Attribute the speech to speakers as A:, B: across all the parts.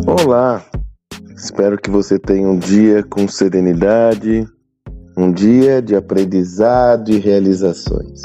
A: Olá, espero que você tenha um dia com serenidade, um dia de aprendizado e realizações.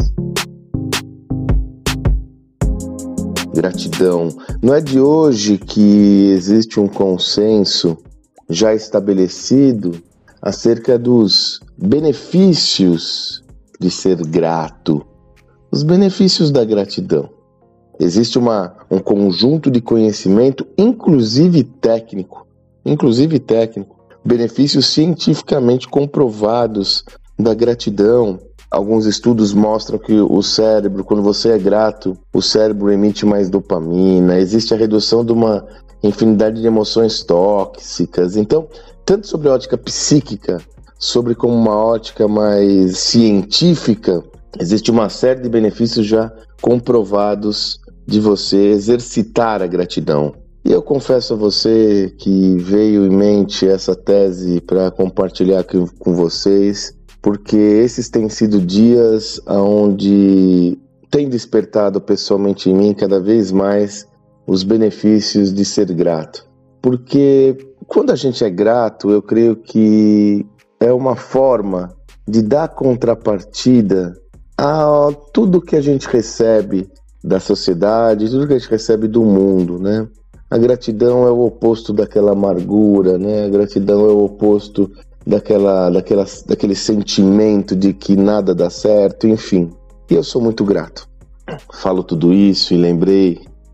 A: Gratidão. Não é de hoje que existe um consenso já estabelecido acerca dos benefícios de ser grato, os benefícios da gratidão. Existe um conjunto de conhecimento, inclusive técnico, benefícios cientificamente comprovados da gratidão. Alguns estudos mostram que o cérebro, quando você é grato, o cérebro emite mais dopamina, existe a redução de uma infinidade de emoções tóxicas. Então, tanto sobre a ótica psíquica, sobre como uma ótica mais científica, existe uma série de benefícios já comprovados de você exercitar a gratidão. E eu confesso a você que veio em mente essa tese para compartilhar aqui com vocês, porque esses têm sido dias onde tem despertado pessoalmente em mim cada vez mais os benefícios de ser grato. Porque quando a gente é grato, eu creio que é uma forma de dar contrapartida a tudo que a gente recebe da sociedade, tudo que a gente recebe do mundo, né? A gratidão é o oposto daquela amargura, né? A gratidão é o oposto daquele sentimento de que nada dá certo, enfim. E eu sou muito grato. Falo tudo isso e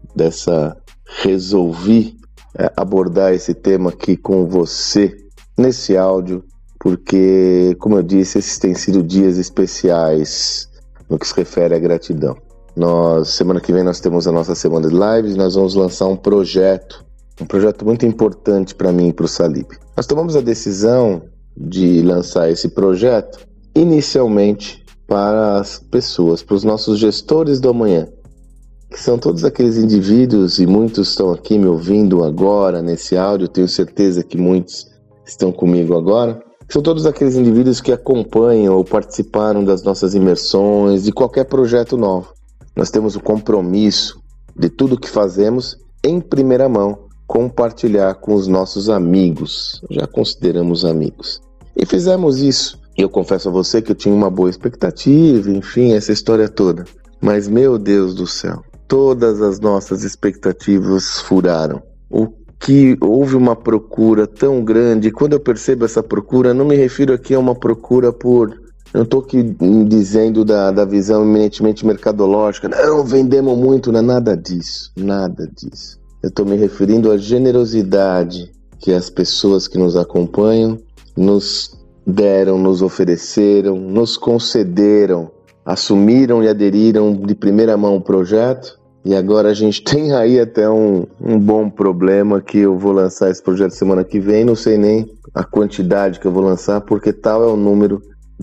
A: resolvi abordar esse tema aqui com você nesse áudio, porque, como eu disse, esses têm sido dias especiais no que se refere à gratidão. Semana que vem nós temos a nossa semana de lives, nós vamos lançar um projeto muito importante para mim e para o Salib. Nós tomamos a decisão de lançar esse projeto inicialmente para as pessoas, para os nossos gestores do amanhã, que são todos aqueles indivíduos, e muitos estão aqui me ouvindo agora nesse áudio, tenho certeza que muitos estão comigo agora. São todos aqueles indivíduos que acompanham ou participaram das nossas imersões, de qualquer projeto novo. Nós temos o compromisso de tudo que fazemos, em primeira mão, compartilhar com os nossos amigos. Já consideramos amigos. E fizemos isso. E eu confesso a você que eu tinha uma boa expectativa, enfim, essa história toda. Mas, meu Deus do céu, todas as nossas expectativas furaram. Que houve uma procura tão grande. Quando eu percebo essa procura, não me refiro aqui a uma procura não estou aqui dizendo da visão eminentemente mercadológica. Não, vendemos muito, não é nada disso. Eu estou me referindo à generosidade que as pessoas que nos acompanham nos deram, nos ofereceram, nos concederam, assumiram e aderiram de primeira mão o projeto. E agora a gente tem aí até um bom problema, que eu vou lançar esse projeto semana que vem, não sei nem a quantidade que eu vou lançar, porque tal é o número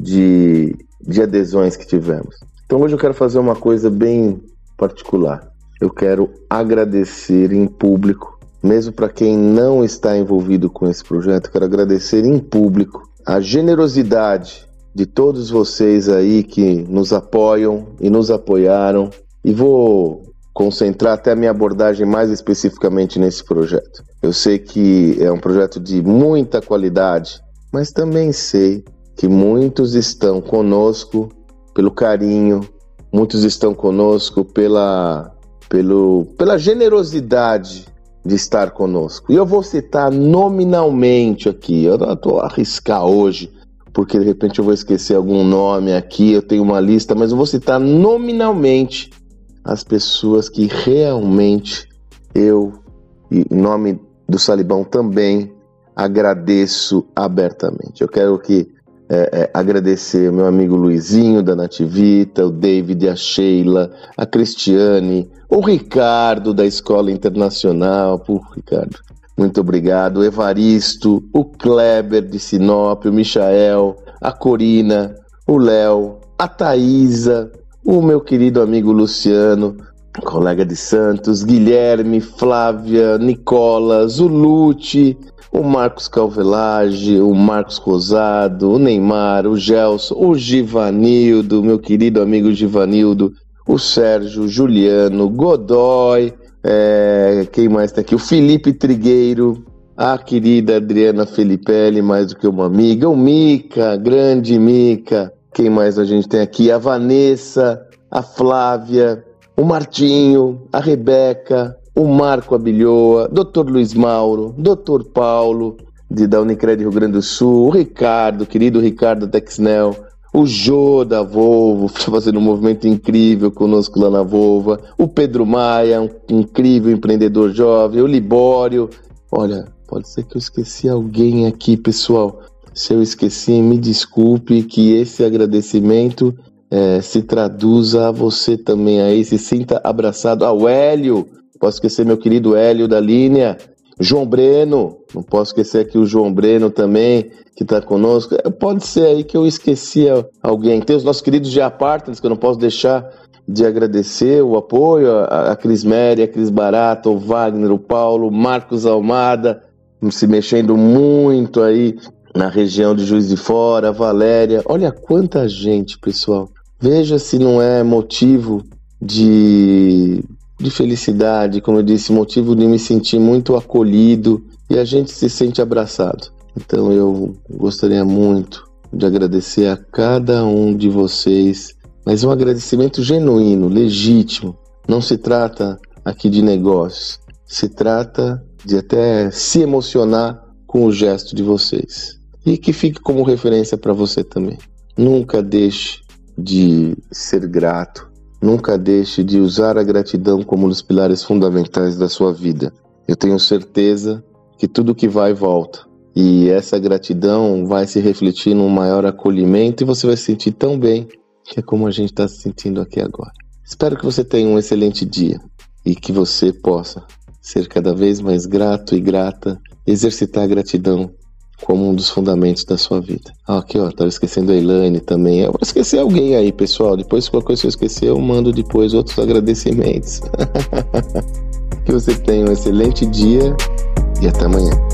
A: de adesões que tivemos. Então hoje eu quero fazer uma coisa bem particular. Eu quero agradecer em público, mesmo para quem não está envolvido com esse projeto, quero agradecer em público a generosidade de todos vocês aí que nos apoiam e nos apoiaram, e vou concentrar até a minha abordagem mais especificamente nesse projeto. Eu sei que é um projeto de muita qualidade, mas também sei que muitos estão conosco pelo carinho, muitos estão conosco pela generosidade de estar conosco. E eu vou citar nominalmente aqui, eu não estou a arriscar hoje, porque de repente eu vou esquecer algum nome aqui, eu tenho uma lista, mas eu vou citar nominalmente as pessoas que realmente eu, em nome do Salibão também, agradeço abertamente. Eu quero agradecer ao meu amigo Luizinho da Nativita, o David, a Sheila, a Cristiane, o Ricardo da Escola Internacional. Ricardo, muito obrigado. O Evaristo, o Kleber de Sinop, o Michael, a Corina, o Léo, a Thaísa, o meu querido amigo Luciano, colega de Santos, Guilherme, Flávia, Nicolas, o Lute, o Marcos Calvelage, o Marcos Rosado, o Neymar, o Gelson, o Givanildo, meu querido amigo Givanildo, o Sérgio, o Juliano, Godoy, Quem mais tá aqui? O Felipe Trigueiro, a querida Adriana Felipelli, mais do que uma amiga. O Mica, grande Mica. Quem mais a gente tem aqui? A Vanessa, a Flávia, o Martinho, a Rebeca, o Marco Abilhoa, Dr. Luiz Mauro, Dr. Paulo, da Unicred Rio Grande do Sul, o Ricardo, querido Ricardo Texnel, o Jô da Volvo, fazendo um movimento incrível conosco lá na Volvo, o Pedro Maia, um incrível empreendedor jovem, o Libório. Olha, pode ser que eu esqueci alguém aqui, pessoal. Se eu esqueci, me desculpe, que esse agradecimento se traduza a você também aí, se sinta abraçado. Ao Hélio, posso esquecer meu querido Hélio da linha, João Breno, não posso esquecer aqui o João Breno também, que está conosco. Pode ser aí que eu esqueci alguém. Tem os nossos queridos de Apartments, que eu não posso deixar de agradecer o apoio, a Cris Meri, a Cris Barata, o Wagner, o Paulo, o Marcos Almada, se mexendo muito aí na região de Juiz de Fora, a Valéria. Olha quanta gente, pessoal. Veja se não é motivo de felicidade, como eu disse, motivo de me sentir muito acolhido, e a gente se sente abraçado. Então eu gostaria muito de agradecer a cada um de vocês, mas um agradecimento genuíno, legítimo. Não se trata aqui de negócios, se trata de até se emocionar com o gesto de vocês. E que fique como referência para você também. Nunca deixe de ser grato. Nunca deixe de usar a gratidão como um dos pilares fundamentais da sua vida. Eu tenho certeza que tudo que vai volta. E essa gratidão vai se refletir num maior acolhimento e você vai se sentir tão bem, que é como a gente está se sentindo aqui agora. Espero que você tenha um excelente dia e que você possa ser cada vez mais grato e grata, exercitar a gratidão como um dos fundamentos da sua vida. Aqui, ó, tava esquecendo a Elaine também. Eu vou esquecer alguém aí, pessoal. Depois, se qualquer coisa que eu esquecer, eu mando depois outros agradecimentos. Que você tenha um excelente dia e até amanhã.